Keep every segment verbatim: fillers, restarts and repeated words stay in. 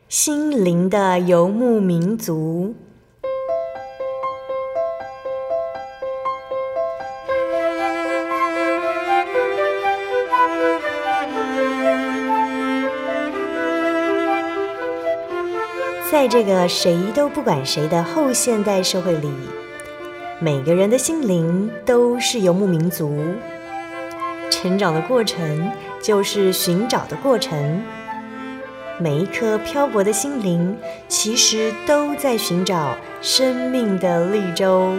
心灵的游牧民族。在这个谁都不管谁的后现代社会里，每个人的心灵都是游牧民族。成长的过程就是寻找的过程，每一颗漂泊的心灵其实都在寻找生命的绿洲。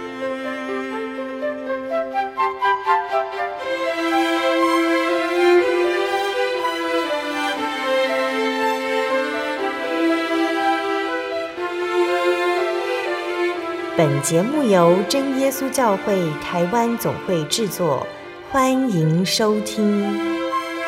本节目由真耶稣教会台湾总会制作，欢迎收听。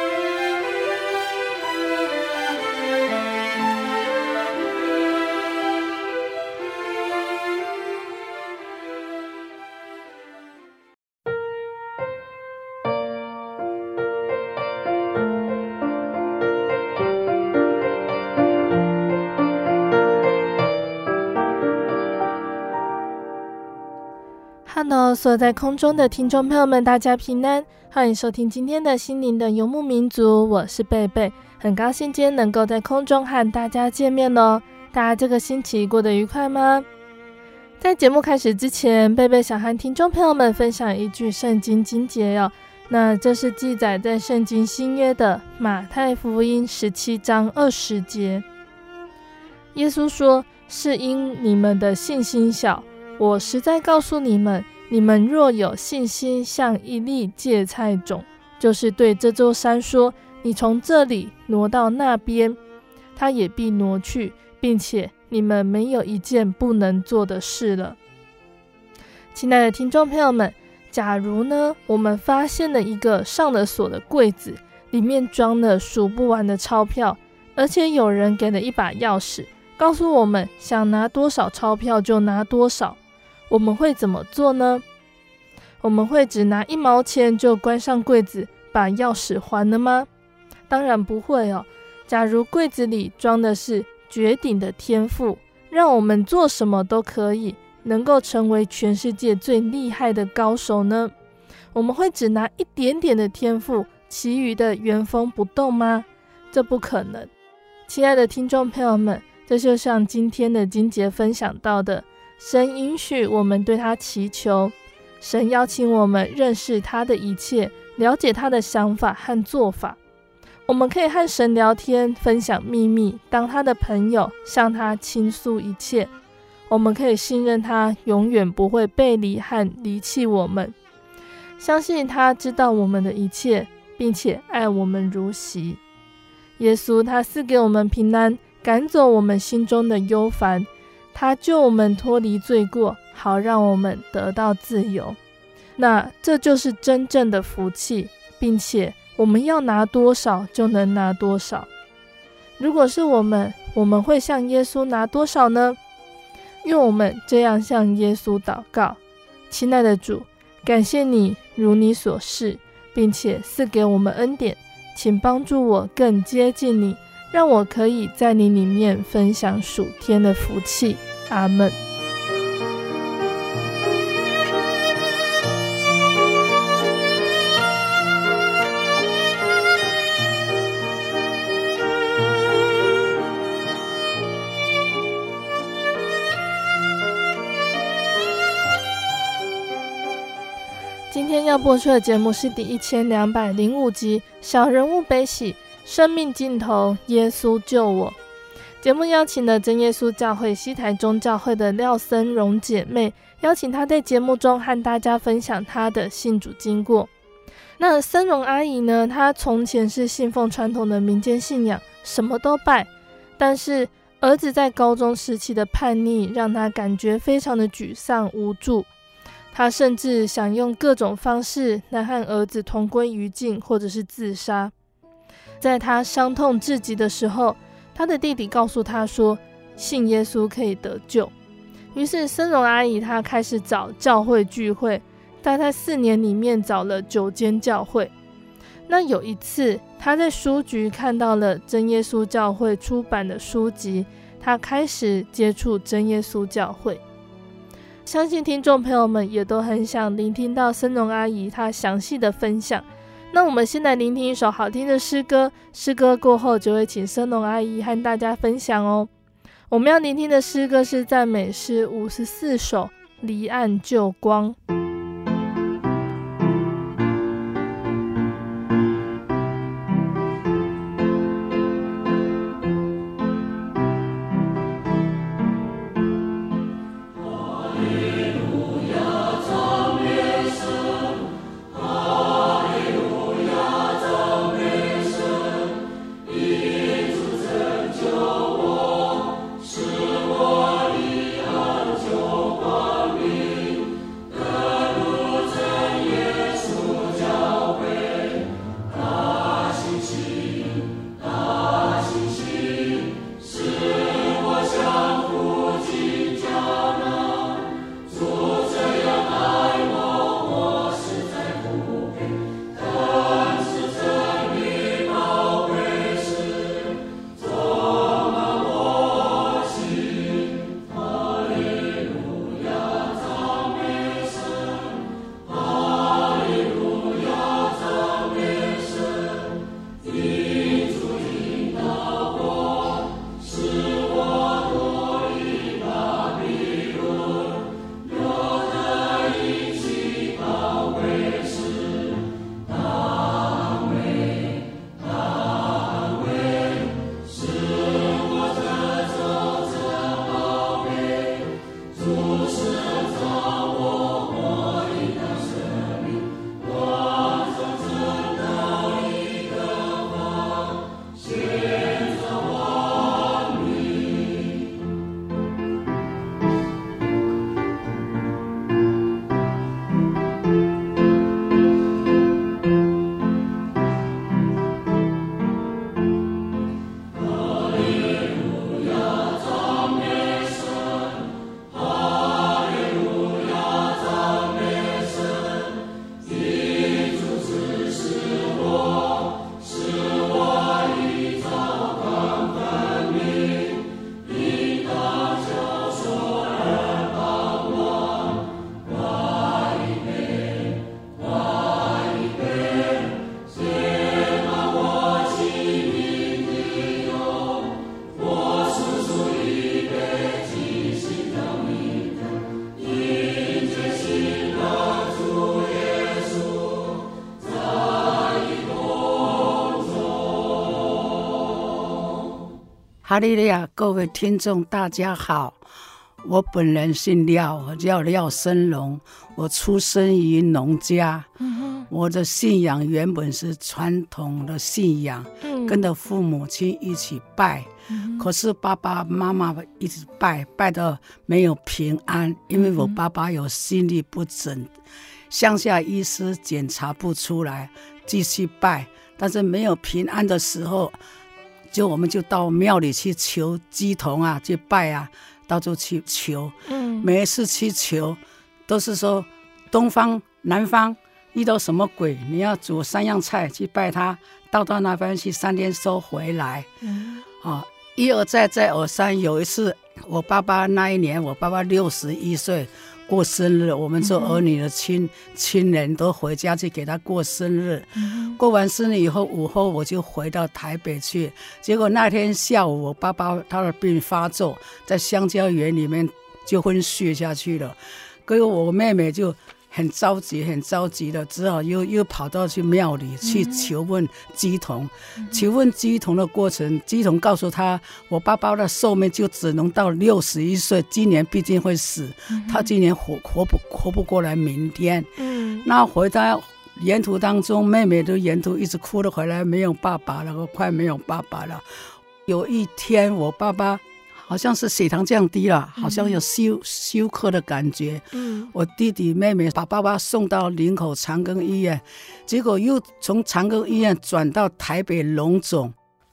Hello， 所有在空中的听众朋友们，大家平安，欢迎收听今天的心灵的游牧民族，我是贝贝，很高兴今天能够在空中和大家见面咯。大家这个星期过得愉快吗？在节目开始之前，贝贝想和听众朋友们分享一句圣经经节哦，那这是记载在圣经新约的马太福音十七章二十节。耶稣说，是因你们的信心小，我实在告诉你们，你们若有信心像一粒芥菜种，就是对这座山说，你从这里挪到那边，它也必挪去，并且你们没有一件不能做的事了。亲爱的听众朋友们，假如呢，我们发现了一个上了锁的柜子，里面装了数不完的钞票，而且有人给了一把钥匙，告诉我们想拿多少钞票就拿多少，我们会怎么做呢？我们会只拿一毛钱就关上柜子，把钥匙还了吗？当然不会哦。假如柜子里装的是绝顶的天赋，让我们做什么都可以，能够成为全世界最厉害的高手呢？我们会只拿一点点的天赋，其余的原封不动吗？这不可能。亲爱的听众朋友们，这就像今天的经节分享到的，神允许我们对他祈求，神邀请我们认识他的一切，了解他的想法和做法。我们可以和神聊天，分享秘密，当他的朋友，向他倾诉一切。我们可以信任他永远不会背离和离弃我们，相信他知道我们的一切，并且爱我们如昔。耶稣他赐给我们平安，赶走我们心中的忧烦，他救我们脱离罪过，好让我们得到自由。那这就是真正的福气，并且我们要拿多少就能拿多少。如果是我们，我们会向耶稣拿多少呢？愿我们这样向耶稣祷告：亲爱的主，感谢你如你所示，并且赐给我们恩典，请帮助我更接近你，让我可以在你里面分享属天的福气。阿们。今天要播出的节目是第一千两百零五集《小人物悲喜，生命尽头，耶稣救我》。节目邀请了真耶稣教会西台中教会的廖森荣姐妹，邀请她在节目中和大家分享她的信主经过。那森荣阿姨呢，她从前是信奉传统的民间信仰，什么都拜，但是儿子在高中时期的叛逆让她感觉非常的沮丧无助，她甚至想用各种方式来和儿子同归于尽，或者是自杀。在她伤痛至极的时候，他的弟弟告诉他说，信耶稣可以得救。于是森荣阿姨她开始找教会聚会，大概四年里面找了九间教会。 那有一次他在书局看到了真耶稣教会出版的书籍，他开始接触真耶稣教会。相信听众朋友们也都很想聆听到森荣阿姨她详细的分享。那我们先来聆听一首好听的诗歌，诗歌过后就会请森荣阿姨和大家分享哦。我们要聆听的诗歌是赞美诗五十四首，离岸救光。 哈利路亚，各位听众大家好，我本人姓廖，我叫廖森荣，我出生于农家、嗯、我的信仰原本是传统的信仰、嗯、跟着父母亲一起拜、嗯、可是爸爸妈妈一直拜拜到没有平安，因为我爸爸有心律不整，乡下医师检查不出来，继续拜，但是没有平安的时候，就我们就到庙里去求鸡童啊，去拜啊，到处去求、嗯、每一次去求都是说东方南方遇到什么鬼，你要煮三样菜去拜他，到到那边去三天收回来、嗯哦、一而再再而三。有一次我爸爸那一年我爸爸六十一岁过生日，我们做儿女的亲、嗯、亲人都回家去给他过生日、嗯、过完生日以后午后我就回到台北去，结果那天下午我爸爸他的病发作，在香蕉园里面就昏睡下去了，结果我妹妹就很着急很着急的，只好又又跑到去庙里去求问鸡童、嗯、求问鸡童的过程，鸡童告诉他我爸爸的寿命就只能到六十一岁，今年毕竟会死、嗯、他今年活活不活不过来明天、嗯、那回到沿途当中，妹妹都沿途一直哭了回来，没有爸爸了，快没有爸爸了。有一天我爸爸好像是血糖降低了，好像有休休克的感觉、嗯、我弟弟妹妹把爸爸送到林口长庚医院，结果又从长庚医院转到台北荣总，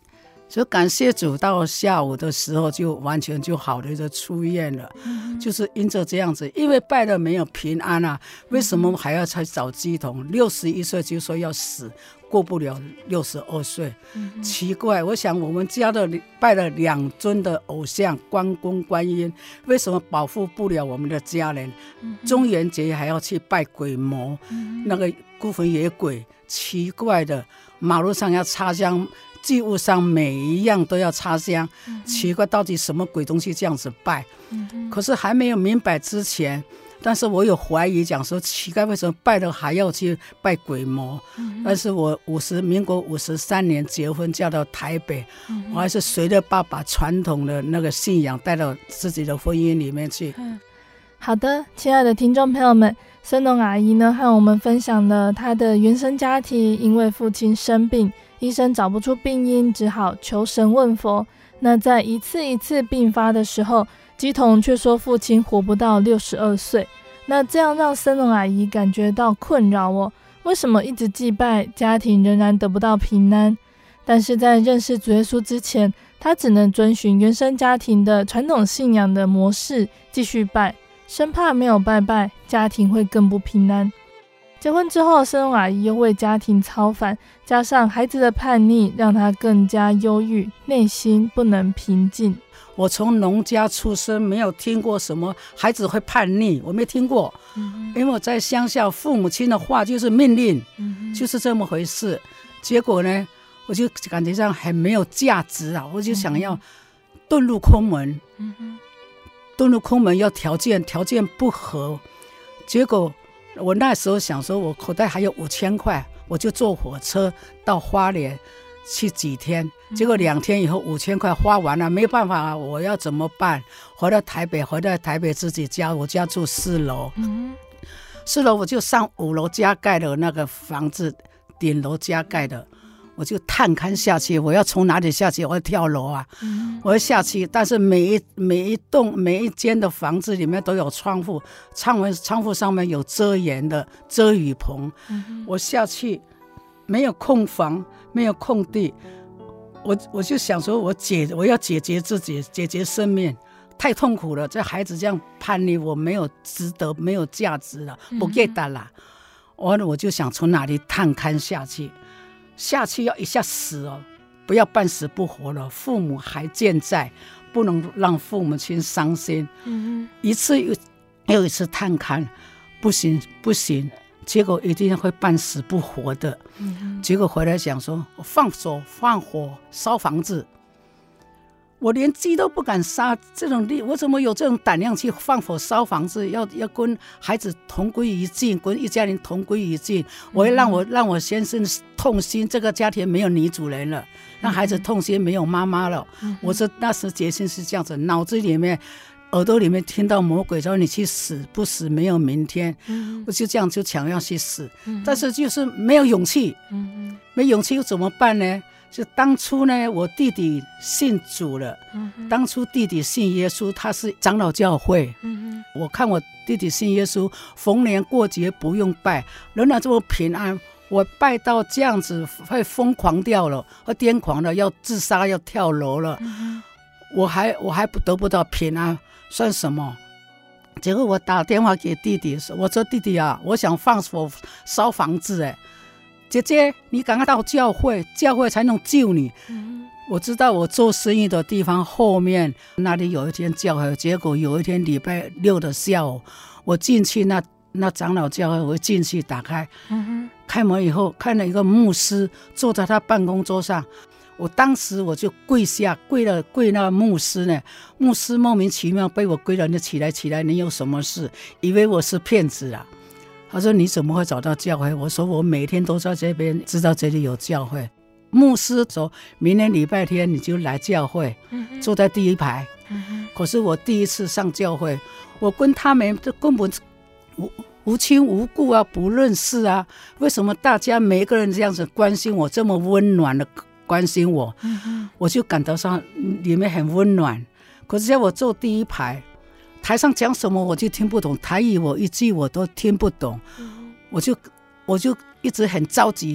所以感谢主，到下午的时候就完全就好了，就出院了、嗯、就是因着这样子，因为拜了没有平安啊，为什么还要去找乩童？六十一岁就说要死，过不了六十二岁、嗯、奇怪，我想我们家的拜了两尊的偶像关公观音，为什么保护不了我们的家人、嗯、中元节还要去拜鬼魔、嗯、那个孤魂野鬼，奇怪的，马路上要插香，祭物上每一样都要插香、嗯、奇怪到底什么鬼东西这样子拜、嗯、可是还没有明白之前，但是我有怀疑讲说奇怪为什么拜了还要去拜鬼魔、嗯、但是我五十民国五十三年结婚嫁到台北、嗯、我还是随着爸爸传统的那个信仰带到自己的婚姻里面去、 嗯、好的，亲爱的听众朋友们，孙农阿姨呢和我们分享了她的原生家庭，因为父亲生病，医生找不出病因，只好求神问佛。那在一次一次病发的时候，乩童却说父亲活不到六十二岁。那这样让森农阿姨感觉到困扰哦，为什么一直祭拜，家庭仍然得不到平安？但是在认识主耶稣之前，她只能遵循原生家庭的传统信仰的模式继续拜，生怕没有拜拜，家庭会更不平安。结婚之后，森农阿姨又为家庭操烦，加上孩子的叛逆，让她更加忧郁，内心不能平静。 我从农家出生，没有听过什么孩子会叛逆，我没听过、嗯、因为我在乡下，父母亲的话就是命令、嗯、就是这么回事。结果呢，我就感觉上很没有价值啊，我就想要遁入空门、嗯、遁入空门要条件条件不合，结果我那时候想说我口袋还有五千块，我就坐火车到花莲去几天，结果两天以后五千块花完了，没办法啊，我要怎么办？回到台北，回到台北自己家，我家住四楼、嗯、四楼我就上五楼加盖的那个房子，顶楼加盖的，我就探勘下去，我要从哪里下去？我要跳楼啊、嗯、我要下去，但是每一每一栋每一间的房子里面都有窗户，窗户窗户上面有遮檐的遮雨棚、嗯、我下去没有空房，没有空地，我我就想说我解我要解决自己，解决生命，太痛苦了，这孩子这样叛逆，我没有值得，没有价值了，不给他了、嗯、我我就想从哪里探勘下去，下去要一下死哦，不要半死不活了，父母还健在，不能让父母亲伤心、嗯、一次又又一次探勘，不行不行，结果一定会半死不活的、嗯、结果回来想说我放手放火烧房子，我连鸡都不敢杀，这种力我怎么有这种胆量去放火烧房子？要要跟孩子同归于尽，跟一家人同归于尽。我会让我让我先生痛心，这个家庭没有女主人了，让孩子痛心，没有妈妈了。嗯、我是那时决心是这样子，脑子里面。耳朵里面听到魔鬼说你去死，不死没有明天、嗯、我就这样就想要去死、嗯、但是就是没有勇气、嗯、没勇气又怎么办呢？就当初呢我弟弟信主了、嗯、当初弟弟信耶稣，他是长老教会、嗯、我看我弟弟信耶稣，逢年过节不用拜，仍然这么平安，我拜到这样子会疯狂掉了，会癫狂了，要自杀要跳楼了、嗯、我还我还不得不到平安，算什么？结果我打电话给弟弟，我说弟弟啊，我想放火烧房子，哎，姐姐你赶快到教会，教会才能救你、嗯、我知道我做生意的地方后面那里有一间教会，结果有一天礼拜六的下午，我进去那那长老教会，我进去打开、嗯、开门以后看了一个牧师坐在他办公桌上，我当时我就跪下，跪了跪那个牧师呢，牧师莫名其妙被我跪了，你起来起来，你有什么事？以为我是骗子啊。他说你怎么会找到教会？我说我每天都在这边，知道这里有教会。牧师说明年礼拜天你就来教会、嗯、坐在第一排、嗯、可是我第一次上教会，我跟他们根本无无亲无故啊，不认识啊，为什么大家每一个人这样子关心我，这么温暖的关心我、嗯、我就感到上里面很温暖。可是在我坐第一排，台上讲什么我就听不懂，台语我一句我都听不懂、嗯、我就我就一直很着急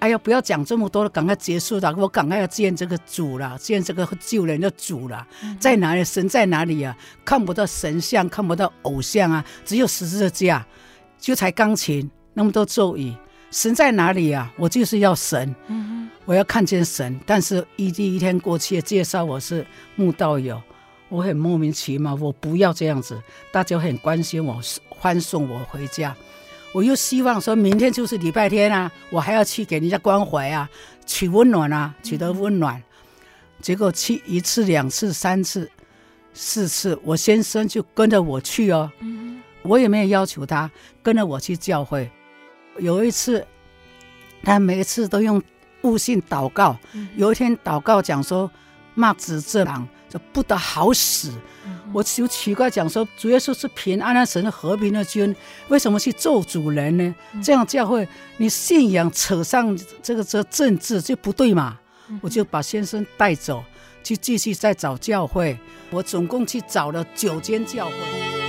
哎呀，不要讲这么多了，赶快结束了，我赶快要见这个主了，见这个救人的主了。嗯、在哪里？神在哪里啊？看不到神像，看不到偶像啊，只有十字架，就才钢琴，那么多咒语，神在哪里啊？我就是要神，嗯、我要看见神。但是一第一天过去，介绍我是慕道友，我很莫名其妙，我不要这样子，大家很关心我，欢送我回家。我又希望说明天就是礼拜天啊，我还要去给人家关怀啊，取温暖啊，取得温暖。嗯、结果去一次两次三次四次，我先生就跟着我去哦，嗯、我也没有要求他跟着我去教会。有一次他每一次都用悟性祷告，嗯、有一天祷告讲说骂子这狼就不得好死，嗯、我就奇怪讲说主耶稣是平安的神和平的君，为什么去咒主人呢？嗯、这样教会你信仰扯上这个这政治就不对嘛。嗯、我就把先生带走去继续再找教会，我总共去找了九间教会。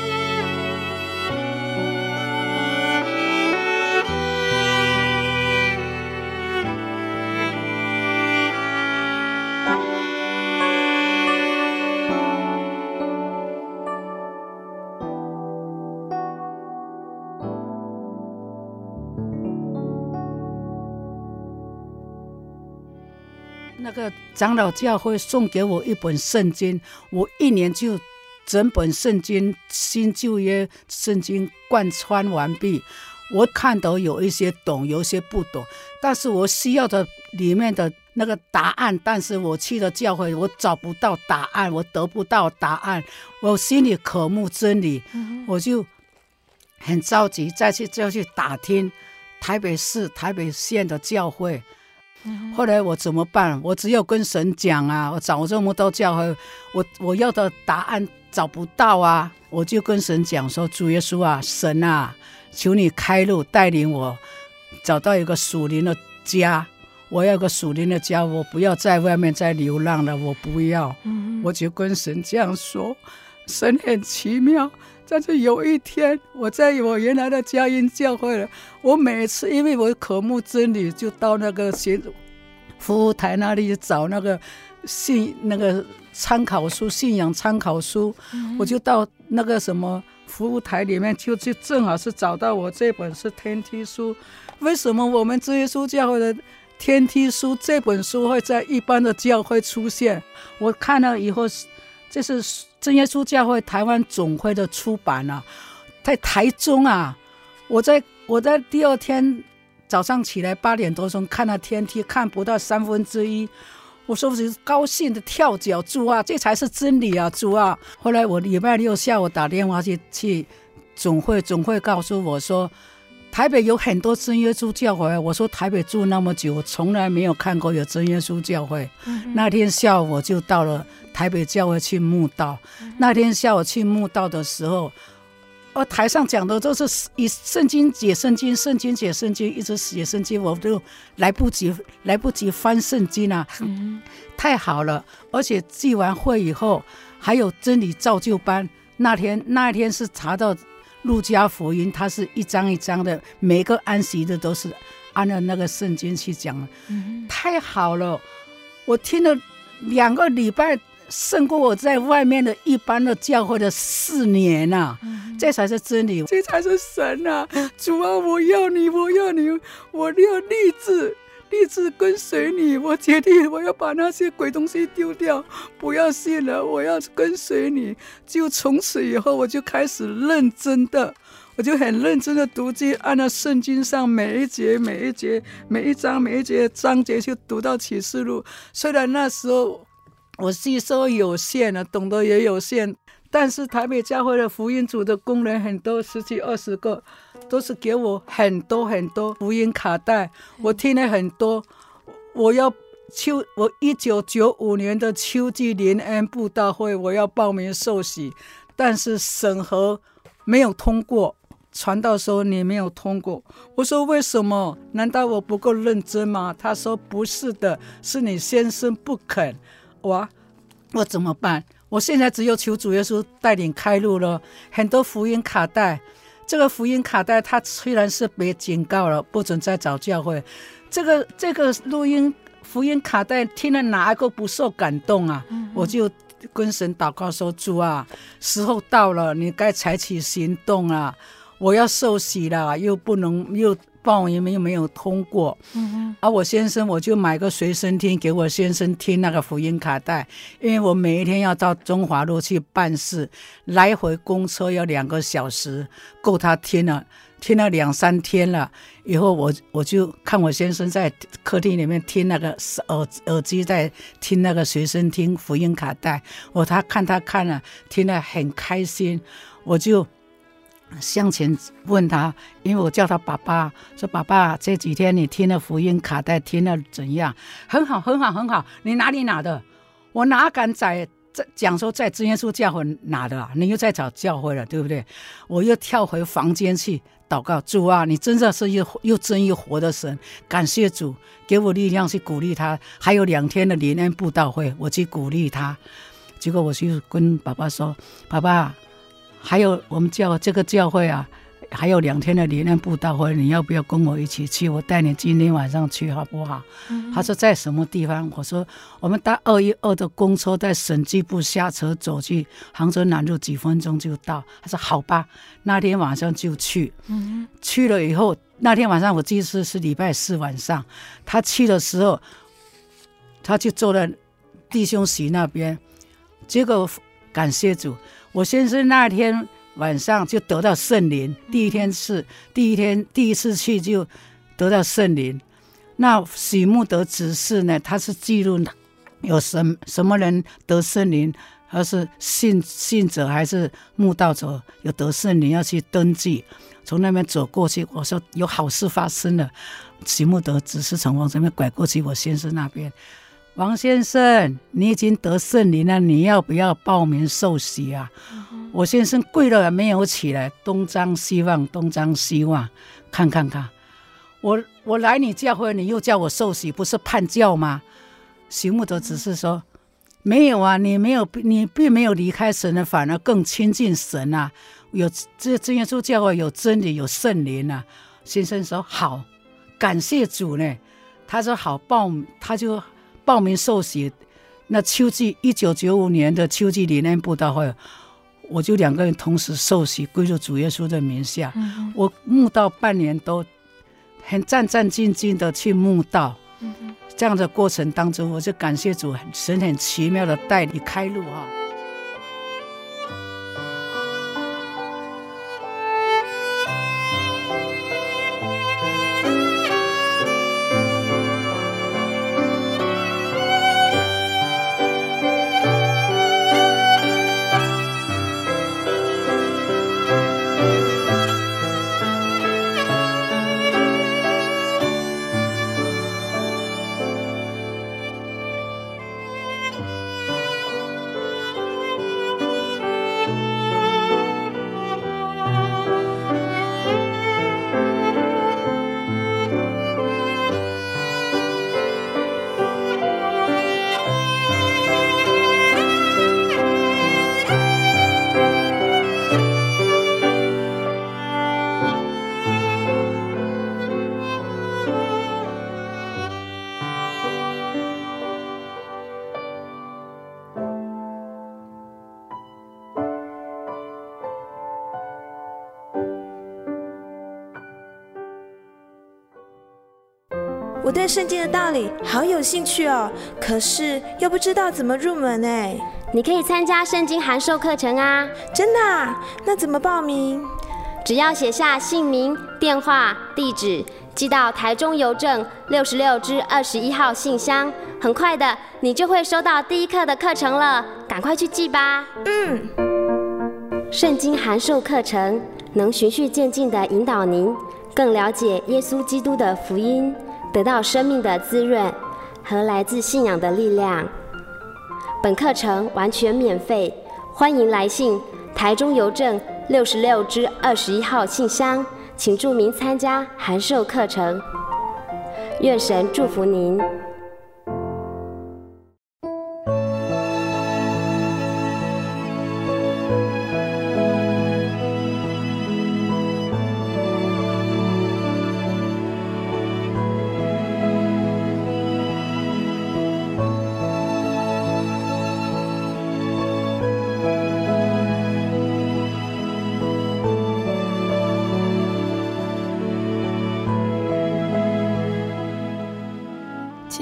那个长老教会送给我一本圣经，我一年就整本圣经新旧约圣经贯穿完毕。我看到有一些懂，有一些不懂，但是我需要的里面的那个答案，但是我去了教会我找不到答案，我得不到答案，我心里渴慕真理，嗯、我就很着急再去再去打听台北市台北县的教会。后来我怎么办？我只有跟神讲啊，我找这么多教会，我我要的答案找不到啊，我就跟神讲说，主耶稣啊，神啊，求你开路带领我找到一个属灵的家，我要一个属灵的家，我不要在外面再流浪了，我不要。嗯、我就跟神这样说。神很奇妙，但是有一天我在我原来的佳音教会了，我每次因为我渴慕真理，就到那个服务台那里找那个信那个参考书，信仰参考书，嗯、我就到那个什么服务台里面，就就正好是找到我这本是天梯书。为什么我们真耶稣教会的天梯书这本书会在一般的教会出现？我看了以后，这是真耶稣教会台湾总会的出版啊，在台中啊，我在我在第二天早上起来八点多钟看了天梯，看不到三分之一，我说我高兴的跳脚，主啊，这才是真理啊，主啊！后来我礼拜六下午打电话去去总会，总会告诉我说，台北有很多真耶稣教会。我说台北住那么久，我从来没有看过有真耶稣教会。嗯、那天下午我就到了台北教会去慕道。嗯、那天下午去慕道的时候，哦，台上讲的都是以圣经解圣经，圣经解圣经，一直写圣经，我都来不及来不及翻圣经啊！嗯、太好了！而且聚完会以后，还有真理造就班。那天那一天是查到路加福音，它是一章一章的，每个安息的都是按照那个圣经去讲。嗯、太好了！我听了两个礼拜，胜过我在外面的一般的教会的四年啊！嗯、这才是真理，这才是神啊！主啊，我要你，我要你，我要立志，立志跟随你。我决定我要把那些鬼东西丢掉，不要信了，我要跟随你。就从此以后，我就开始认真的，我就很认真的读经，按照圣经上每一节每一节每一章每一节章节就读到启示录。虽然那时候我吸收有限了，懂得也有限，但是台北教会的福音组的工人很多，十几二十个，都是给我很多很多福音卡带，我听了很多。我要秋，我一九九五年的秋季联安布道会，我要报名受洗，但是审核没有通过，传道说你没有通过。我说为什么？难道我不够认真吗？他说不是的，是你先生不肯。哇，我怎么办？我现在只有求主耶稣带领开路了。很多福音卡带，这个福音卡带它虽然是被警告了不准再找教会， 这个这个录音福音卡带听了哪一个不受感动啊？嗯、我就跟神祷告说：主啊，时候到了，你该采取行动了。我要受洗了，又不能又报名又没有通过。嗯啊，我先生我就买个随身听给我先生听那个福音卡带，因为我每一天要到中华路去办事，来回公车要两个小时，够他听了。听了两三天了以后我，我就看我先生在客厅里面听那个耳耳机在听那个随身听福音卡带，我他看他看了听了很开心，我就向前问他，因为我叫他爸爸，说爸爸这几天你听了福音卡带听了怎样？很好很好很好，你哪里拿的？我哪敢在讲说在真耶稣教会拿的啊？你又在找教会了对不对？我又跳回房间去祷告，主啊，你真的是又又真又活的神，感谢主给我力量去鼓励他。还有两天的联恩布道会，我去鼓励他。结果我就跟爸爸说，爸爸，还有我们教这个教会啊，还有两天的联恩布道会，你要不要跟我一起去？我带你今天晚上去好不好？嗯、他说在什么地方？我说我们搭二一二的公车在审计部下车走去杭州南路几分钟就到。他说好吧，那天晚上就去。嗯、去了以后，那天晚上我记得是是礼拜四晚上，他去的时候，他就坐在弟兄席那边，结果感谢主，我先生那天晚上就得到圣灵，第一天是第一天第一次去就得到圣灵。那许慕德指示呢，他是记录有什么什么人得圣灵，还是信信者还是慕道者有得圣灵，要去登记。从那边走过去，我说有好事发生了。许慕德指示从我这边拐过去，我先生那边，王先生，你已经得圣灵了，你要不要报名受洗啊？嗯、我先生跪了没有起来，东张西望，东张西望，看看看，我我来你教会，你又叫我受洗，不是叛教吗？许慕德只是说，没有啊，你没有，你并没有离开神了，反而更亲近神啊。有这真耶稣教会有真理，有圣灵啊。先生说好，感谢主呢。他说好报，他就报名受洗。那秋季一九九五年的秋季联恩布道会，我就两个人同时受洗，归入主耶稣的名下。嗯、我慕道半年都很战战兢兢的去慕道。嗯、这样的过程当中，我就感谢主，神很奇妙的带你开路哈。 我对圣经的道理好有兴趣哦，可是又不知道怎么入门哎。 你可以参加圣经函授课程啊。 真的啊？那怎么报名？ 只要写下姓名、电话、地址，寄到台中邮政六十六支二十一号信箱，很快的你就会收到第一课的课程了，赶快去寄吧。 嗯。 圣经函授课程能循序渐进地引导您更了解耶稣基督的福音，得到生命的滋润和来自信仰的力量。本课程完全免费，欢迎来信台中邮政六十六支二十一号信箱，请注明参加函授课程。愿神祝福您。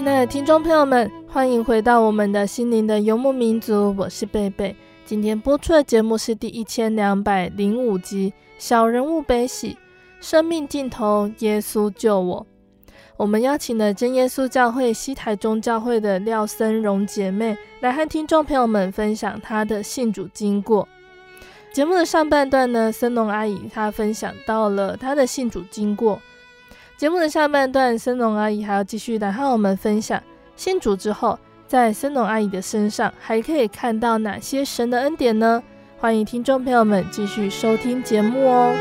爱的听众朋友们，欢迎回到我们的心灵的游牧民族，我是贝贝。今天播出的节目是第一千两百零五集小人物悲喜，生命尽头耶稣救我。我们邀请了真耶稣教会西台中教会的廖森荣姐妹来和听众朋友们分享她的信主经过。节目的上半段呢，森农阿姨她分享到了她的信主经过。节目的下半段，森农阿姨还要继续来和我们分享信主之后，在森农阿姨的身上还可以看到哪些神的恩典呢？欢迎听众朋友们继续收听节目哦。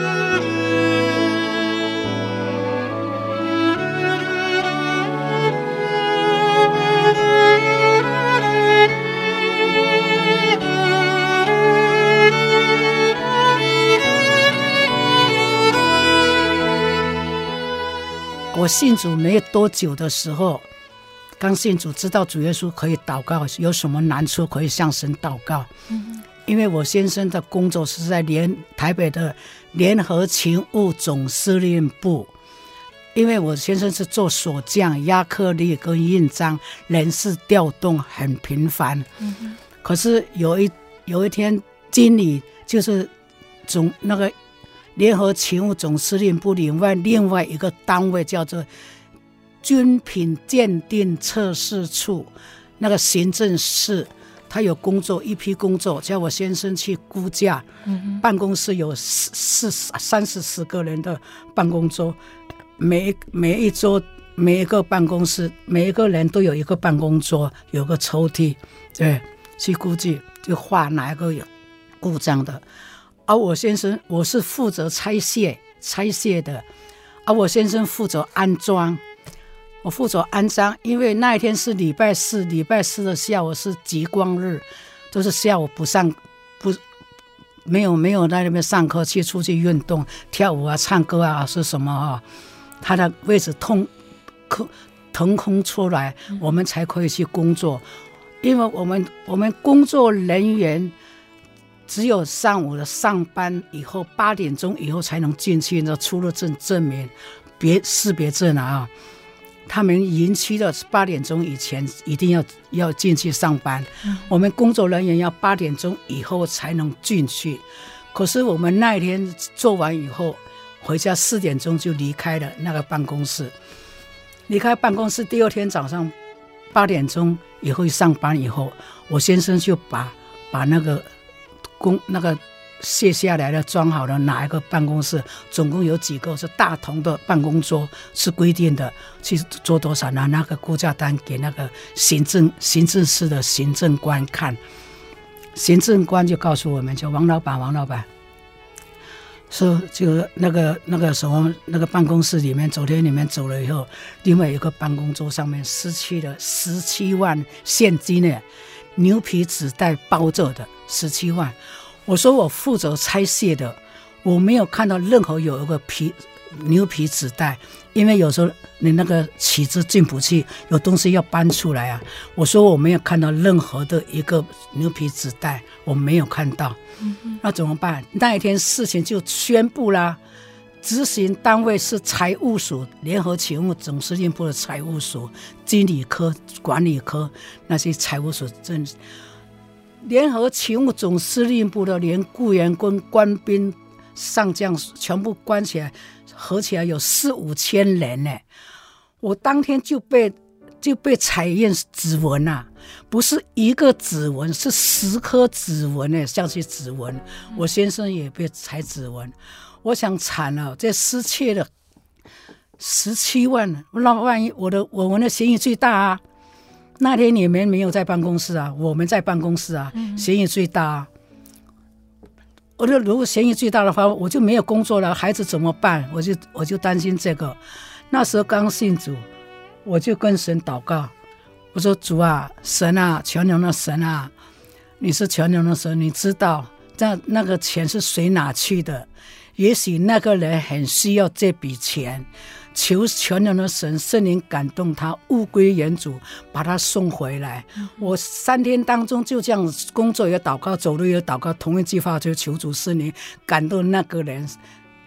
我信主没有多久的时候，刚信主，知道主耶稣可以祷告，有什么难处可以向神祷告。嗯，因为我先生的工作是在联台北的联合勤务总司令部，因为我先生是做锁匠，亚克力跟印章，人事调动很频繁。嗯，可是有一有一天，经理就是总那个联合勤务总司令部另外另外一个单位叫做军品鉴定测试处，那个行政室，他有工作一批工作，叫我先生去估价。嗯，办公室有四三十四个人的办公桌，每每一桌每一个办公室每一个人都有一个办公桌，有个抽屉，对，去估计就画哪一个有故障的。而我先生我是负责拆卸拆卸的，而我先生负责安装，我负责安装，因为那一天是礼拜四，礼拜四的下午是极光日，都是下午不上不没有没有在那边上课，去出去运动跳舞啊唱歌啊是什么啊，他的位置通腾空出来，我们才可以去工作。因为我们我们工作人员只有上午的上班以后八点钟以后才能进去，出入证证明别识别证啊，他们营区的八点钟以前一定要要进去上班，嗯，我们工作人员要八点钟以后才能进去。可是我们那一天做完以后回家四点钟就离开了那个办公室，离开办公室第二天早上八点钟以后上班以后，我先生就把把那个工那个卸下来的装好了，哪一个办公室总共有几个是大同的办公桌是规定的，去做多少，拿那个估价单给那个行政行政室的行政官看，行政官就告诉我们，就王老板王老板说这个那个那个什么那个办公室里面昨天里面走了以后，另外一个办公桌上面失去了十七万现金呢，牛皮纸袋包着的十七万。我说我负责拆卸的，我没有看到任何有一个皮牛皮纸袋，因为有时候你那个起子进不去，有东西要搬出来啊。我说我没有看到任何的一个牛皮纸袋，我没有看到。嗯，那怎么办？那一天事情就宣布啦，执行单位是财务署，联合勤务总司令部的财务署、经理科、管理科那些财务署真。联合勤务总司令部的连雇员跟官兵上将全部关起来，合起来有四五千人呢。我当天就被就被采验指纹啊，不是一个指纹，是十颗指纹呢，像是指纹。我先生也被采指纹，我想惨了，这失窃了十七万，那万一我的我们的嫌疑最大啊。那天你们没有在办公室啊，我们在办公室啊，嫌疑最大啊。我就如果嫌疑最大的话，我就没有工作了，孩子怎么办？我就我就担心这个。那时候刚信主，我就跟神祷告，我说主啊，神啊，全能的神啊，你是全能的神，你知道那那个钱是谁拿去的？也许那个人很需要这笔钱。求全能的神圣灵感动他，物归原主，把他送回来。嗯，我三天当中就这样工作也祷告，走路也祷告，同一句话就求主圣灵感动那个人，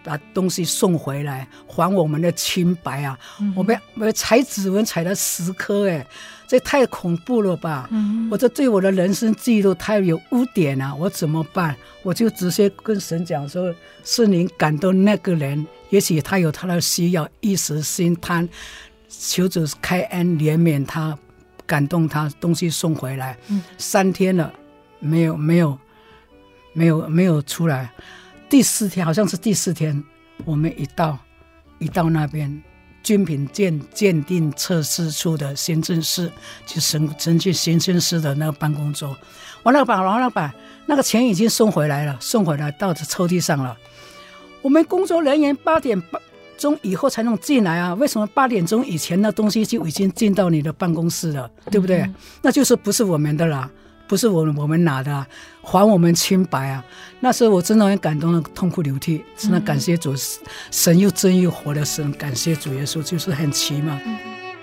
把东西送回来，还我们的清白啊！嗯、我们我采指纹采了十颗，哎，这太恐怖了吧！嗯、我这对我的人生记录太有污点啊，我怎么办？我就直接跟神讲说：是您感动那个人，也许他有他的需要，一时心贪，求主开恩怜悯他，感动他，东西送回来。嗯、三天了，没有没有没有没有出来。第四天好像是第四天，我们一到一到那边军品鉴鉴定测试处的行政室，就神神去行政室的那个办公桌，王老板王老板，那个钱已经送回来了，送回来到抽屉上了。我们工作人员八点钟以后才能进来啊，为什么八点钟以前的东西就已经进到你的办公室了，对不对？嗯、那就是不是我们的啦。不是我们我们拿的、啊，还我们清白啊！那时候我真的很感动的，痛哭流涕，真的感谢主，嗯、神又真又活的神，感谢主耶稣，就是很奇妙。嗯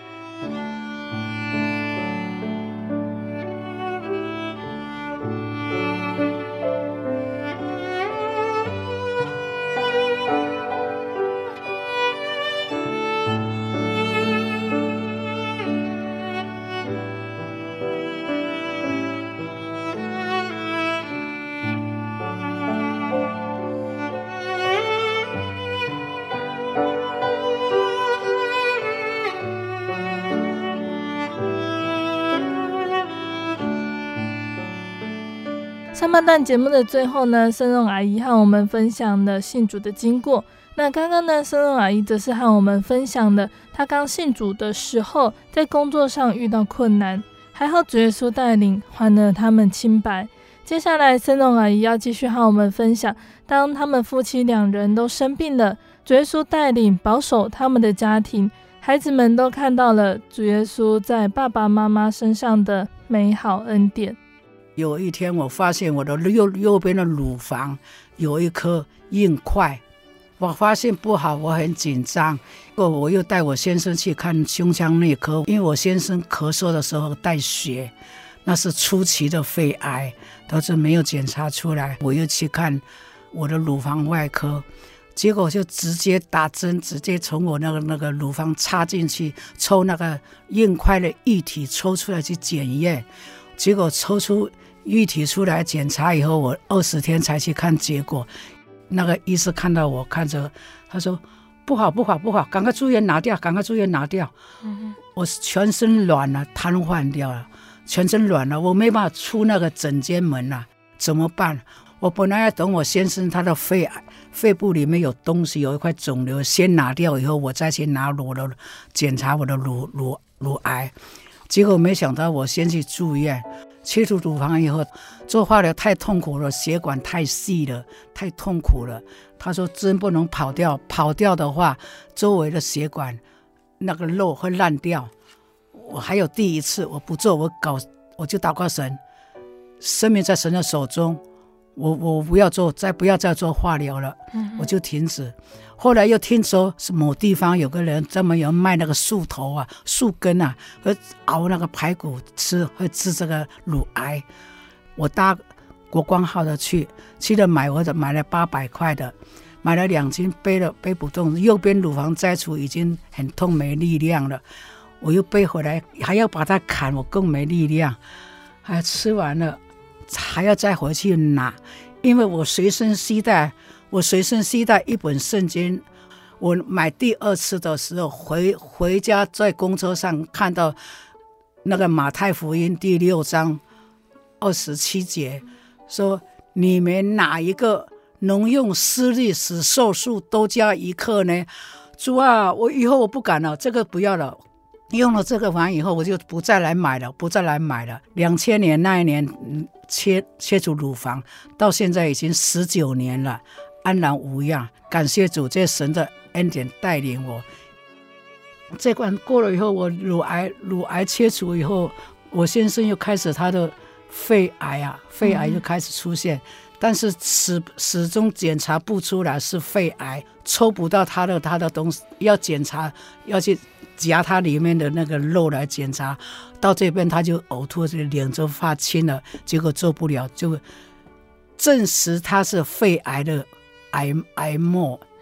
上半段节目的最后呢，圣荣阿姨和我们分享了信主的经过。那刚刚呢，圣荣阿姨则是和我们分享了她刚信主的时候，在工作上遇到困难，还好主耶稣带领，还了他们清白。接下来，圣荣阿姨要继续和我们分享，当他们夫妻两人都生病了，主耶稣带领保守他们的家庭，孩子们都看到了主耶稣在爸爸妈妈身上的美好恩典。 有一天我发现我的 右, 右边的乳房有一颗硬块，我发现不好，我很紧张，我又带我先生去看胸腔内科，因为我先生咳嗽的时候带血，那是初期的肺癌，但是没有检查出来，我又去看我的乳房外科，结果就直接打针，直接从我那个那个乳房插进去，抽那个硬块的液体抽出来去检验，结果抽出液体出来检查以后，我二十天才去看结果。那个医师看到我看着，他说不好不好不好，赶快住院拿掉，赶快住院拿掉。嗯、我全身软了，瘫痪掉了，全身软了，我没办法出那个诊间门了，怎么办？我本来要等我先生他的肺肺部里面有东西，有一块肿瘤，先拿掉以后，我再去拿我的检查我的乳乳乳癌。结果没想到我先去住院，切除乳房以后做化疗太痛苦了，血管太细了，太痛苦了。他说针不能跑掉，跑掉的话周围的血管那个肉会烂掉。我还有第一次我不做，我搞我就祷告神，生命在神的手中，我我不要做，再不要再做化疗了，嗯、我就停止。后来又听说是某地方有个人专门有卖那个树头啊、树根啊，会熬那个排骨吃，会治这个乳癌。我搭国光号的去，去了买，我买了八百块的，买了两斤，背了背不动，右边乳房摘除已经很痛没力量了，我又背回来，还要把它砍，我更没力量，还吃完了还要再回去拿，因为我随身携带。我随身携带一本圣经，我买第二次的时候回回家，在公车上看到那个马太福音第六章二十七节，说你们哪一个能用施力使寿数多加一刻呢？主啊，我以后我不敢了，这个不要了。用了这个完以后，我就不再来买了，不再来买了。两千年那一年切切除乳房，到现在已经十九年了。安然无恙，感谢主，这神的恩典带领我。这关过了以后，我乳癌乳癌切除以后，我先生又开始他的肺癌啊，肺癌就开始出现，嗯、但是始始终检查不出来是肺癌，抽不到他的他的东西，要检查要去夹他里面的那个肉来检查，到这边他就呕吐，脸就发青了，结果做不了，就证实他是肺癌的癌癌末，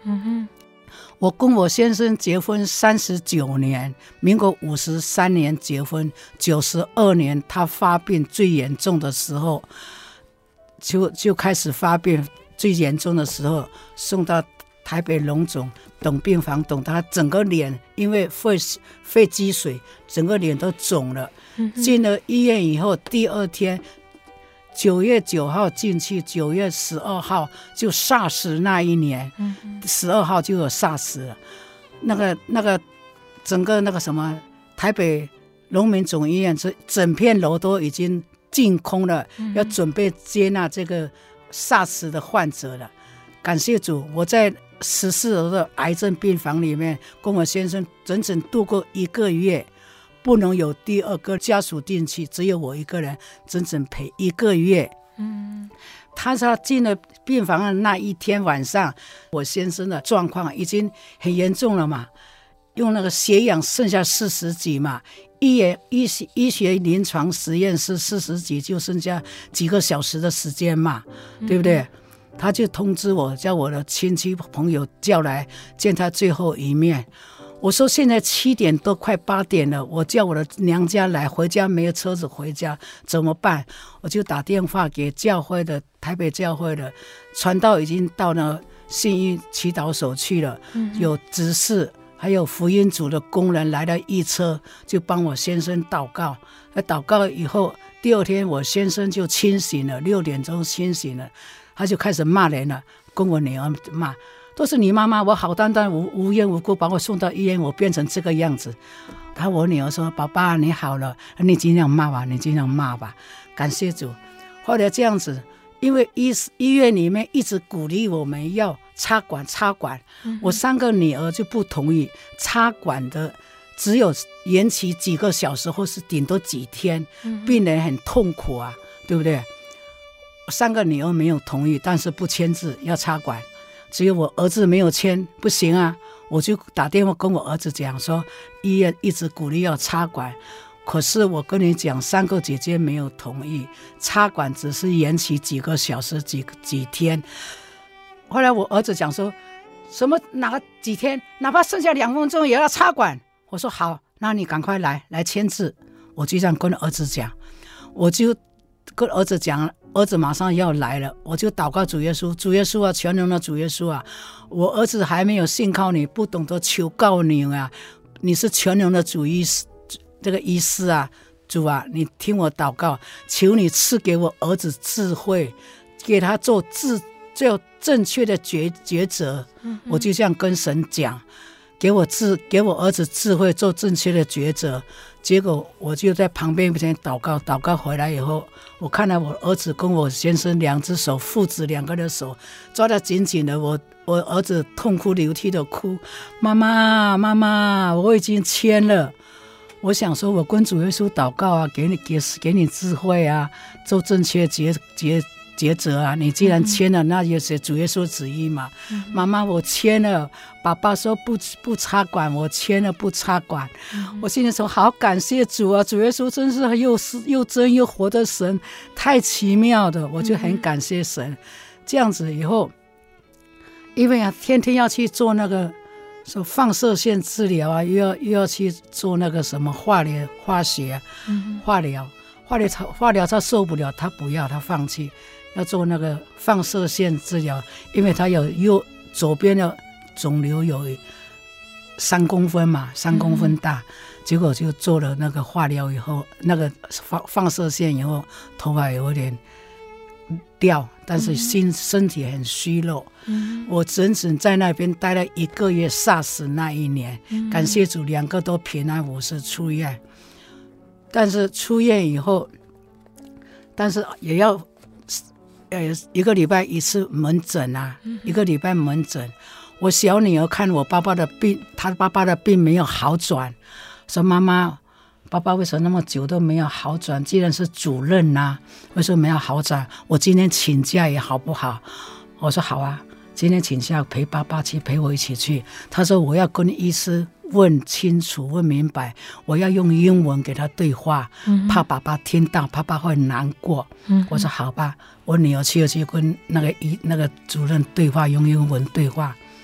嗯哼， 我跟我先生结婚三十九年，民国五十三年结婚，九十二年他发病最严重的时候，就就开始发病最严重的时候，送到台北荣总等病房，等他整个脸因为肺肺积水，整个脸都肿了。进了医院以后，第二天九月九号进去，九月十二号就 SARS 那一年，十二号就有 SARS 了。那个那个整个那个什么台北荣民总医院，整片楼都已经净空了，要准备接纳这个 SARS 的患者了。感谢主，我在十四楼的癌症病房里面，跟我先生整整度过一个月。不能有第二个家属进去，只有我一个人，整整陪一个月。嗯，他说进了病房的那一天晚上，我先生的状况已经很严重了嘛，用那个血氧剩下四十几嘛，医学医学医学临床实验室四十几，就剩下几个小时的时间嘛，对不对？嗯，他就通知我，叫我的亲戚朋友叫来见他最后一面。我说现在七点都快八点了，我叫我的娘家来，回家没有车子回家怎么办？我就打电话给教会的台北教会的传道，已经到了信义祈祷所去了，嗯，有执事还有福音组的工人来了一车，就帮我先生祷告。祷告以后，第二天我先生就清醒了，六点钟清醒了，他就开始骂人了，跟我女儿骂。都是你妈妈，我好端端 无, 无缘无故把我送到医院，我变成这个样子。他我女儿说：“宝宝，你好了，你尽量骂吧，你尽量骂吧。”感谢主。后来这样子，因为 医, 医院里面一直鼓励我们要插管插管，嗯，我三个女儿就不同意插管的，只有延期几个小时或是顶多几天，嗯，病人很痛苦啊，对不对？三个女儿没有同意，但是不签字要插管。只有我儿子没有签，不行啊！我就打电话跟我儿子讲说，医院一直鼓励要插管，可是我跟你讲，三个姐姐没有同意，插管只是延期几个小时、几几天。后来我儿子讲说，什么哪几天，哪怕剩下两分钟也要插管。我说好，那你赶快来来签字。我就这样跟儿子讲，我就跟儿子讲。儿子马上要来了，我就祷告主耶稣，主耶稣啊，全能的主耶稣啊，我儿子还没有信靠你，不懂得求告你啊，你是全能的主医师，这个医师啊，主啊，你听我祷告，求你赐给我儿子智慧，给他做智做正确的抉抉择，嗯，我就这样跟神讲，给我智给我儿子智慧做正确的抉择。结果我就在旁边边祷告，祷告回来以后，我看到我儿子跟我先生两只手，父子两个的手抓得紧紧的，我我儿子痛哭流涕的哭，妈妈妈妈，我已经签了。我想说，我跟主耶稣祷告啊，给你给给你智慧啊，做正确抉抉抉择啊！你既然签了，嗯，那就是主耶稣旨意嘛。嗯，妈妈，我签了。爸爸说不不插管，我签了不插管。嗯，我心里说好感谢主啊！主耶稣真是又是又真又活的神，太奇妙的，我就很感谢神。嗯，这样子以后，因为啊，天天要去做那个说放射线治疗啊，又要又要去做那个什么化疗、化学、嗯、化疗、化疗，化疗他受不了，他不要，他放弃。要做那个放射线治疗，因为他有右左边的肿瘤有三公分嘛，三公分大，嗯，结果就做了那个化疗以后，那个放放射线以后，头发有点掉，但是心、嗯、身体很虚弱。嗯，我整整在那边待了一个月，SARS那一年，嗯，感谢主，两个都平安无事出院。但是出院以后，但是也要。呃，一个礼拜一次门诊啊，嗯，一个礼拜门诊。我小女儿看我爸爸的病，她爸爸的病没有好转，说妈妈，爸爸为什么那么久都没有好转？既然是主任啊，为什么没有好转？我今天请假也好不好？我说好啊，今天请假陪爸爸去，陪我一起去。他说我要跟医师问清楚问明白，我要用英文给他对话，嗯，怕爸爸听到，爸爸会难过。嗯，我说好吧，我女儿去了去跟那个医那个主任对话，用英文对话。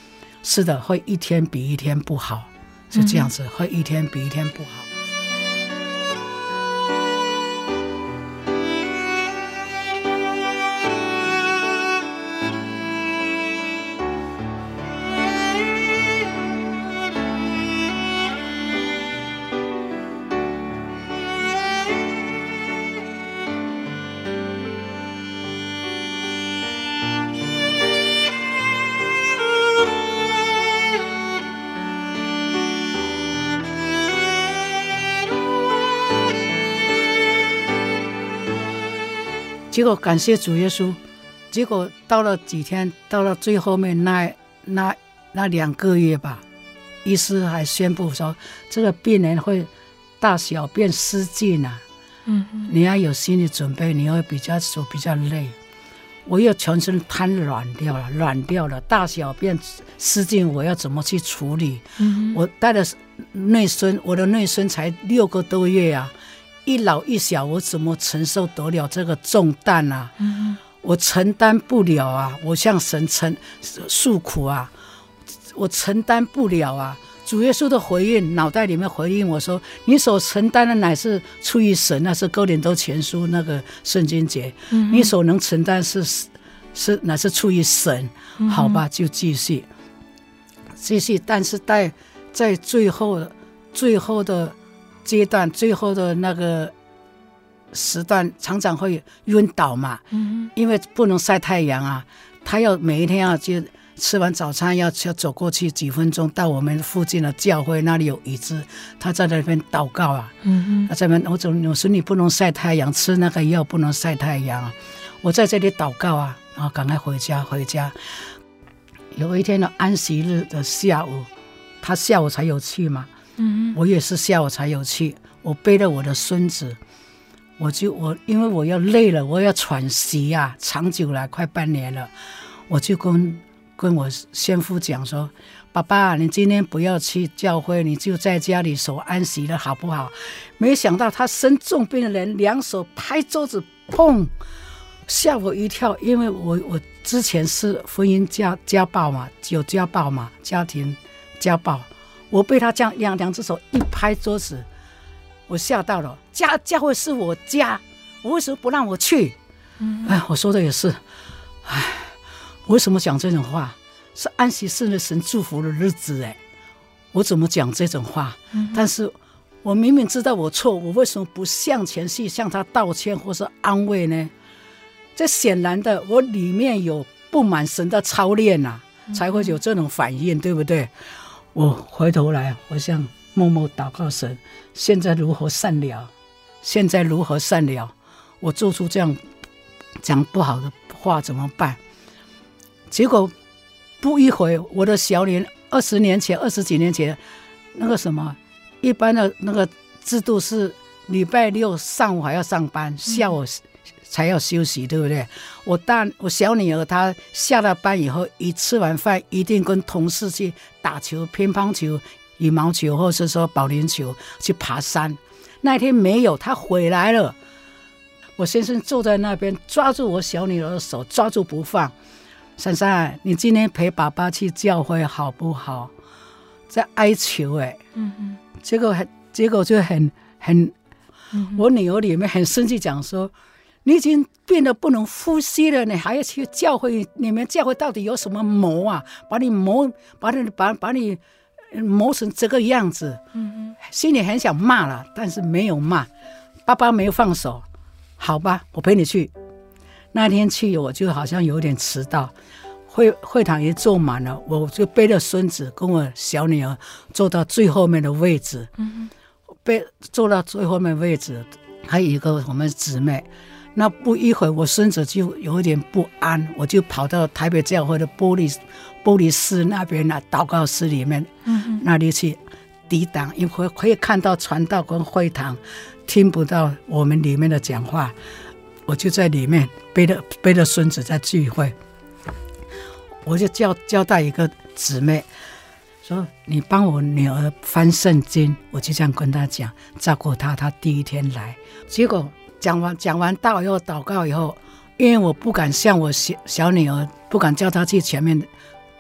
是的，会一天比一天不好，是这样子，嗯、会一天比一天不好。结果感谢主耶稣，结果到了几天，到了最后面那那那两个月吧，医师还宣布说，这个病人会大小便失禁啊，嗯，你要有心理准备，你会比较手比较累。我又全身瘫软掉了，软掉了，大小便失禁，我要怎么去处理？嗯，我带的内孙，我的内孙才六个多月啊。一老一小，我怎么承受得了这个重担啊？嗯、我承担不了啊！我向神承诉苦啊，我承担不了啊！主耶稣的回应，脑袋里面回应我说：“你所承担的乃是出于神，那是哥林多前书那个圣经节。嗯、你所能承担是是乃是出于神，嗯、好吧？就继续继续。但是在在最后最后的。”阶段最后的那个时段常常会晕倒嘛，嗯、因为不能晒太阳啊，他要每一天要就吃完早餐要要走过去几分钟到我们附近的教会，那里有椅子，他在那边祷告啊，嗯、他在那边我总我说你不能晒太阳，吃那个药不能晒太阳啊，我在这里祷告啊，然后赶快回家回家。有一天的安息日的下午，他下午才有去嘛。嗯、我也是下午才有去，我背了我的孙子，我就我因为我要累了，我要喘息啊，长久了快半年了，我就跟跟我先父讲说，爸爸，你今天不要去教会，你就在家里守安息了，好不好？没想到他生重病的人，两手拍桌子，砰，吓我一跳，因为我我之前是婚姻家家暴嘛，有家暴嘛，家庭家暴。我被他这样两两只手一拍桌子，我吓到了。家教会是我家，我为什么不让我去？嗯、哎，我说的也是。哎，我为什么讲这种话？是安息日的神祝福的日子，哎，我怎么讲这种话？嗯、但是我明明知道我错，我为什么不向前去向他道歉或是安慰呢？这显然的，我里面有不满神的操练啊，才会有这种反应，对不对？我回头来，我想默默祷告神，现在如何善了？现在如何善了？我做出这样讲不好的话怎么办？结果不一会，我的小女二十年前、二十几年前那个什么，一般的那个制度是礼拜六上午还要上班，下午才要休息，对不对？我大我小女儿她下了班以后，一吃完饭一定跟同事去打球、乒乓球、羽毛球，或是说保龄球，去爬山。那天没有，她回来了。我先生坐在那边，抓住我小女儿的手，抓住不放。珊珊，你今天陪爸爸去教会好不好？在哀求哎、欸，嗯嗯，结果很结果就很很，嗯、我女儿里面很生气，讲说。你已经变得不能呼吸了，你还要去教会？你们教会到底有什么磨啊？把你磨，把你把把你磨成这个样子。嗯，心里很想骂了，但是没有骂。爸爸没有放手，好吧，我陪你去。那天去，我就好像有点迟到，会会堂也坐满了，我就背着孙子跟我小女儿坐到最后面的位置。嗯，背坐到最后面的位置，还有一个我们姊妹。那不一会我孙子就有一点不安，我就跑到台北教会的玻璃玻璃室那边啊，祷告室里面，嗯、那里去抵挡，因为可以看到传道跟会堂，听不到我们里面的讲话，我就在里面背着背着孙子在聚会，我就交交代一个姊妹说：“你帮我女儿翻圣经。”我就这样跟她讲，照顾她。她第一天来，结果。讲完讲完道以后，祷告以后，因为我不敢像我小小女儿，不敢叫她去前面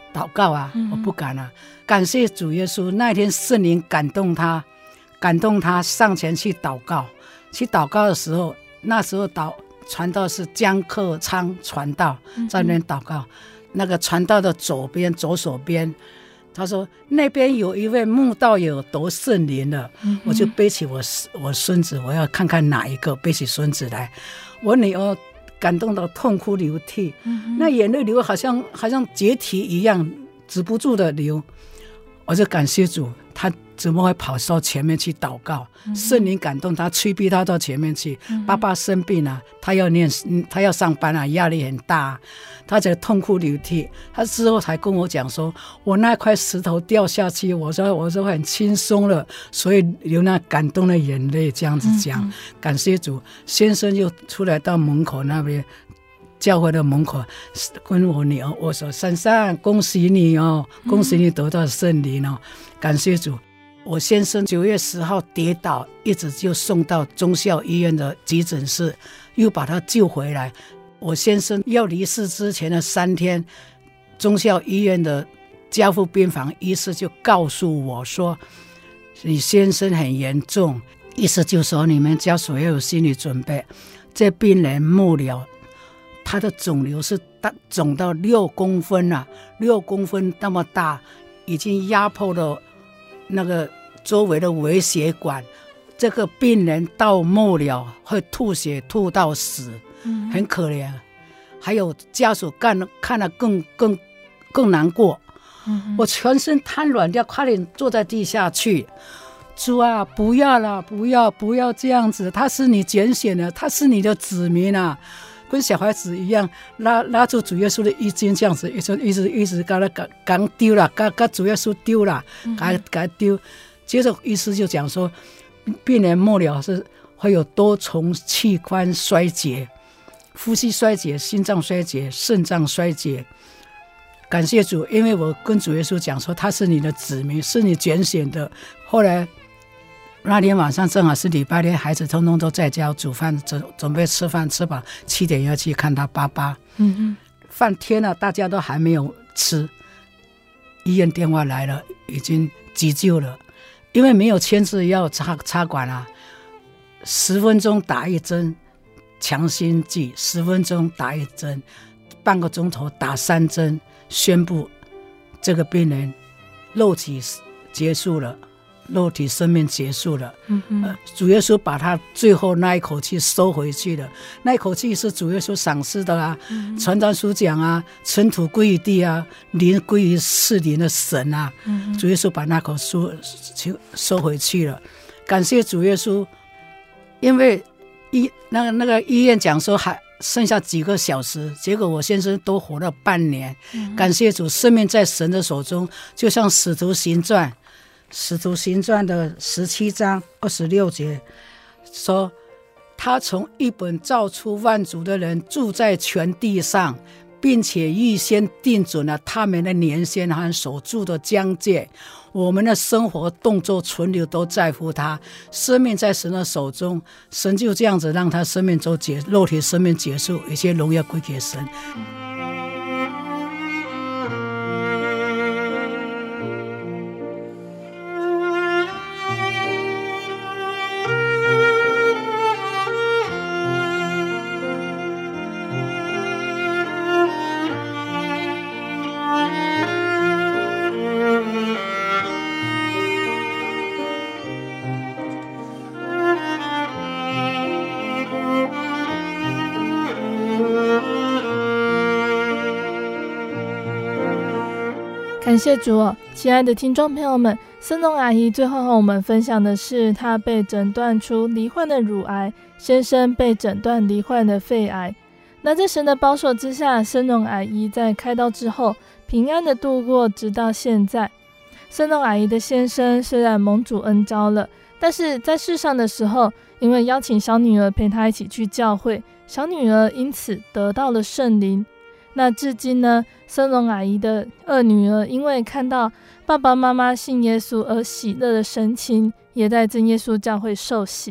祷告啊， 嗯、 我不敢啊。感谢主耶稣，那天圣灵感动他，感动他上前去祷告。去祷告的时候，那时候祷传道是江克昌传道，在那边祷告。嗯、那个传道的左边左手边，他说那边有一位慕道友得圣灵了。嗯、我就背起我我孙子，我要看看哪一个，背起孙子来。我女儿感动到痛哭流涕，嗯、那眼泪流好像好像解体一样，止不住的流。我就感谢主，他怎么会跑到前面去祷告？圣灵、嗯、感动他，催逼他到前面去。嗯、爸爸生病了、啊，他要念，他要上班啊，压力很大、啊，他才痛哭流涕。他之后才跟我讲说，我那块石头掉下去，我说我说很轻松了，所以流那感动的眼泪，这样子讲。嗯、感谢主，先生又出来到门口那边。教会的门口跟我女儿我说，珊珊恭喜你哦，恭喜你得到圣灵哦，感谢主。我先生九月十号跌倒，一直就送到忠孝医院的急诊室，又把他救回来。我先生要离世之前的三天，忠孝医院的加护病房医师就告诉我说，你先生很严重，意思就是说你们家属要有心理准备，这病人末了，他的肿瘤是大肿到六公分啊，六公分那么大，已经压迫了那个周围的微血管。这个病人到末了会吐血吐到死，嗯、很可怜。还有家属看看了更更更难过。嗯、我全身瘫软掉，快点坐在地下去。主啊，不要了，不要不要这样子，他是你拣选的，他是你的子民啊。跟小孩子一样，拉拉住主耶稣的衣襟，这样子一直一直一直把他刚丢了，把把主耶稣丢了，给他给他丢。接着医师就讲说，病人末了是会有多重器官衰竭，呼吸衰竭、心脏衰竭、肾脏衰竭。感谢主，因为我跟主耶稣讲说，他是你的子民，是你拣选的。后来那天晚上正好是礼拜天，孩子通通都在家煮饭，准准备吃饭，吃饱七点要去看他爸爸。嗯嗯，饭天了，大家都还没有吃，医院电话来了，已经急救了，因为没有签字要插插管啊，十分钟打一针强心剂，十分钟打一针，半个钟头打三针，宣布这个病人肉体结束了。肉体生命结束了。嗯呃、主耶稣把他最后那一口气收回去了，那一口气是主耶稣赏赐的啊。传道书讲啊，尘土归于地啊，灵归于赐灵的神啊。嗯、主耶稣把那口收收回去了，感谢主耶稣。因为医那个那个医院讲说还剩下几个小时，结果我先生都活了半年。嗯、感谢主，生命在神的手中，就像使徒行传使徒行传的十七章二十六节说，他从一本造出万族的人住在全地上，并且预先定准了他们的年限和所住的疆界。我们的生活动作存留都在乎他，生命在神的手中，神就这样子让他生命中结肉体生命结束，一切荣耀归给神。 感谢主哦，亲爱的听众朋友们，森农阿姨最后和我们分享的是她被诊断出罹患的乳癌，先生被诊断罹患的肺癌。那在神的保守之下，森农阿姨在开刀之后平安的度过直到现在。森农阿姨的先生虽然蒙主恩召了，但是在世上的时候，因为邀请小女儿陪她一起去教会，小女儿因此得到了圣灵。那至今呢，森农阿姨的二女儿因为看到爸爸妈妈信耶稣而喜乐的神情，也在真耶稣教会受洗。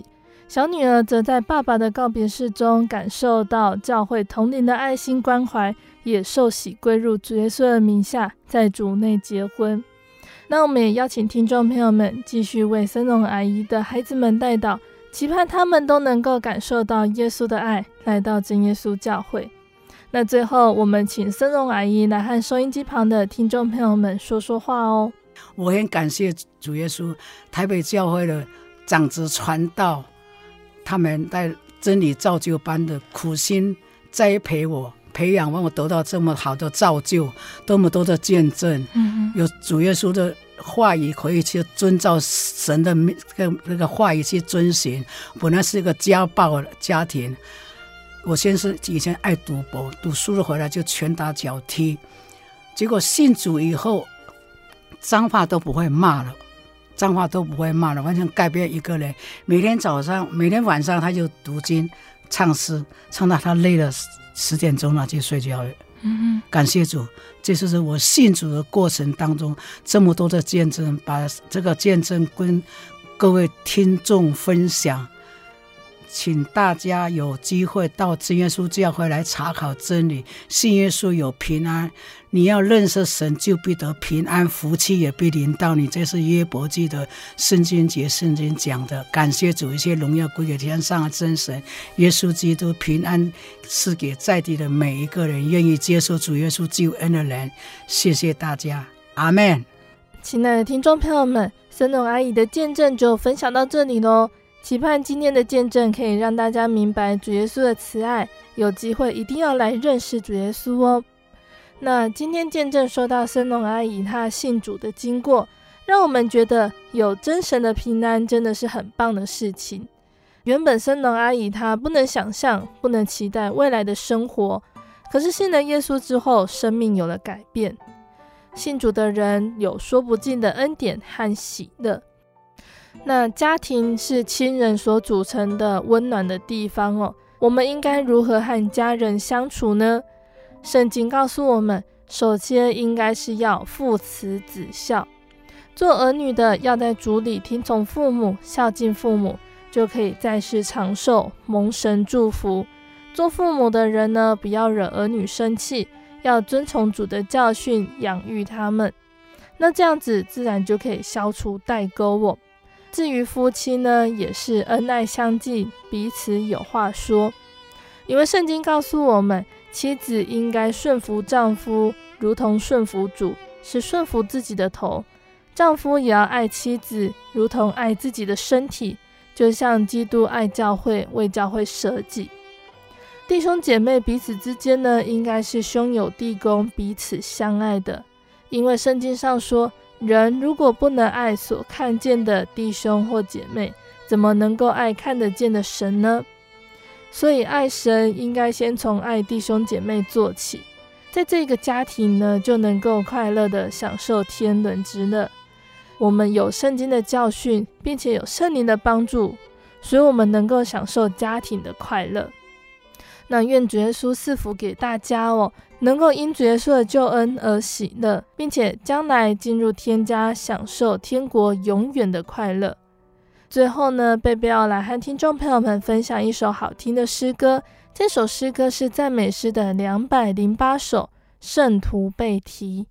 小女儿则在爸爸的告别式中感受到教会同龄的爱心关怀，也受洗归入主耶稣的名下，在主内结婚。那我们也邀请听众朋友们继续为森荣阿姨的孩子们代祷，期盼他们都能够感受到耶稣的爱，来到真耶稣教会。那最后我们请森荣阿姨来和收音机旁的听众朋友们说说话哦。 我很感谢主耶稣，台北教会的长子传道，他们在真理造就班的苦心栽培我，培养让我得到这么好的造就，多么多的见证。嗯，有主耶稣的话语可以去遵照神的那个话语去遵循。本来是一个家暴的家庭，我先是以前爱赌博，读书了回来就拳打脚踢，结果信主以后脏话都不会骂了，脏话都不会骂了，完全改变一个人。每天早上每天晚上他就读经唱诗，唱到他累了十点钟了就睡觉了。嗯，感谢主，这就是我信主的过程当中这么多的见证，把这个见证跟各位听众分享。请大家有机会到真耶稣教会来查考真理，信耶稣有平安，你要认识神就必得平安，福气也必临到你。这是约伯记的圣经节圣经讲的。感谢主，一切荣耀归给天上的真神，耶稣基督平安赐给在地的每一个人，愿意接受主耶稣救恩的人。谢谢大家，阿们。 亲爱的听众朋友们，森荣阿姨的见证就分享到这里咯，期盼今天的见证可以让大家明白主耶稣的慈爱，有机会一定要来认识主耶稣哦。那今天见证说到森荣阿姨她信主的经过，让我们觉得有真神的平安真的是很棒的事情。原本森荣阿姨她不能想象，不能期待未来的生活，可是信了耶稣之后，生命有了改变。信主的人有说不尽的恩典和喜乐。那家庭是亲人所组成的温暖的地方哦，我们应该如何和家人相处呢？圣经告诉我们，首先应该是要父慈子孝，做儿女的要在主里听从父母，孝敬父母，就可以在世长寿，蒙神祝福。做父母的人呢，不要惹儿女生气，要遵从主的教训，养育他们，那这样子自然就可以消除代沟哦。至于夫妻呢，也是恩爱相济，彼此有话说。因为圣经告诉我们，妻子应该顺服丈夫，如同顺服主，是顺服自己的头。丈夫也要爱妻子，如同爱自己的身体，就像基督爱教会，为教会舍己。弟兄姐妹彼此之间呢，应该是兄友弟恭，彼此相爱的。因为圣经上说，人如果不能爱所看见的弟兄或姐妹，怎么能够爱看得见的神呢？所以爱神应该先从爱弟兄姐妹做起，在这个家庭呢，就能够快乐的享受天伦之乐。我们有圣经的教训，并且有圣灵的帮助，所以我们能够享受家庭的快乐。那愿主耶稣赐福给大家哦，能够因主耶稣的救恩而喜乐，并且将来进入天家，享受天国永远的快乐。最后呢，贝贝要来和听众朋友们分享一首好听的诗歌，这首诗歌是赞美诗的两百零八首，圣徒被提。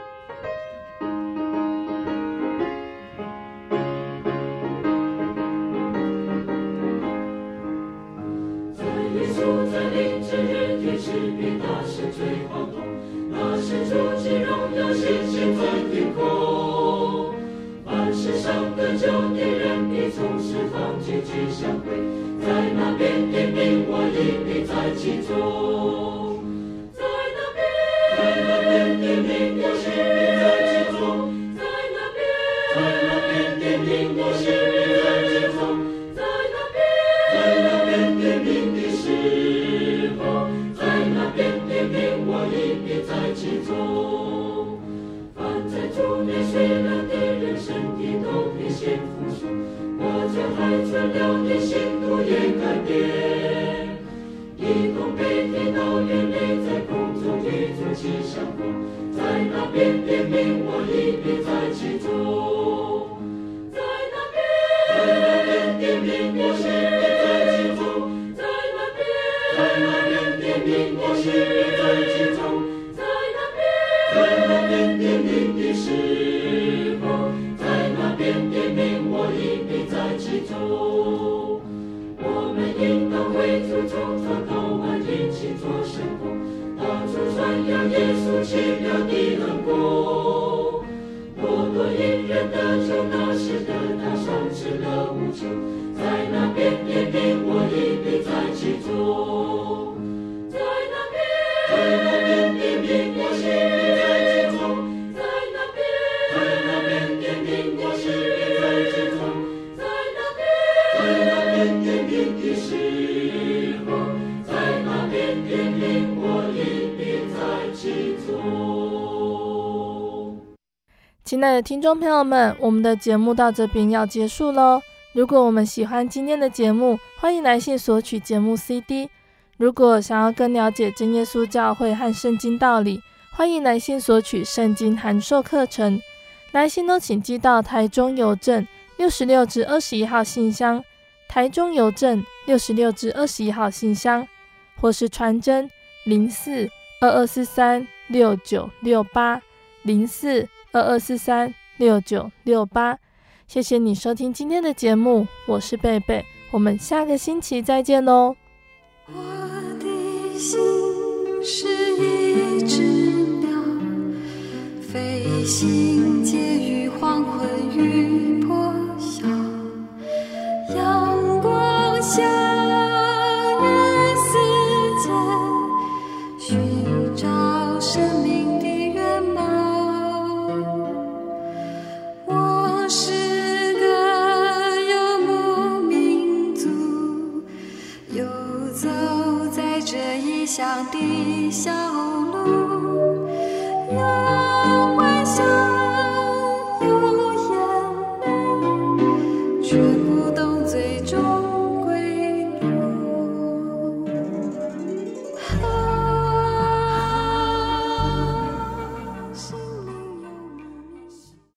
世上的救敌人必从四方聚集相会，在那边点名我一必在其中，在那边在那边点名我一必在其中，在那边在那边点名我一必在其中，在那边在那边点名的时候，在那边点名我一必在其中。凡在主内睡了的人，身体都必先复苏，我这还存了的信徒也改变，一同被提到云里，在空中与主起相逢，在那边点名我一必在其中，在那边在那边点名我一必救，在那边引领我一笔在其中，在那边，在那边引领我一笔在其中，在那边，在那边引领我一笔在其中，在那边，在那边引领的时候，在那边引领我一笔在其中。 亲爱的听众朋友们，我们的节目到这边要结束咯。如果我们喜欢今天的节目，欢迎来信索取节目 C D。 如果想要更了解真耶稣教会和圣经道理，欢迎来信索取圣经函授课程。来信都请寄到台中邮政六十六至二十一号信箱，台中邮政六十六至二十一号信箱，或是传真零四二二四三六九六八零四二二四三六九六八。谢谢你收听今天的节目，我是贝贝，我们下个星期再见咯。 我的心是一只鸟，飞行介于黄昏与破晓，阳光下人世间寻找生命的原貌。我是个游牧民族，游走在这异乡的小路。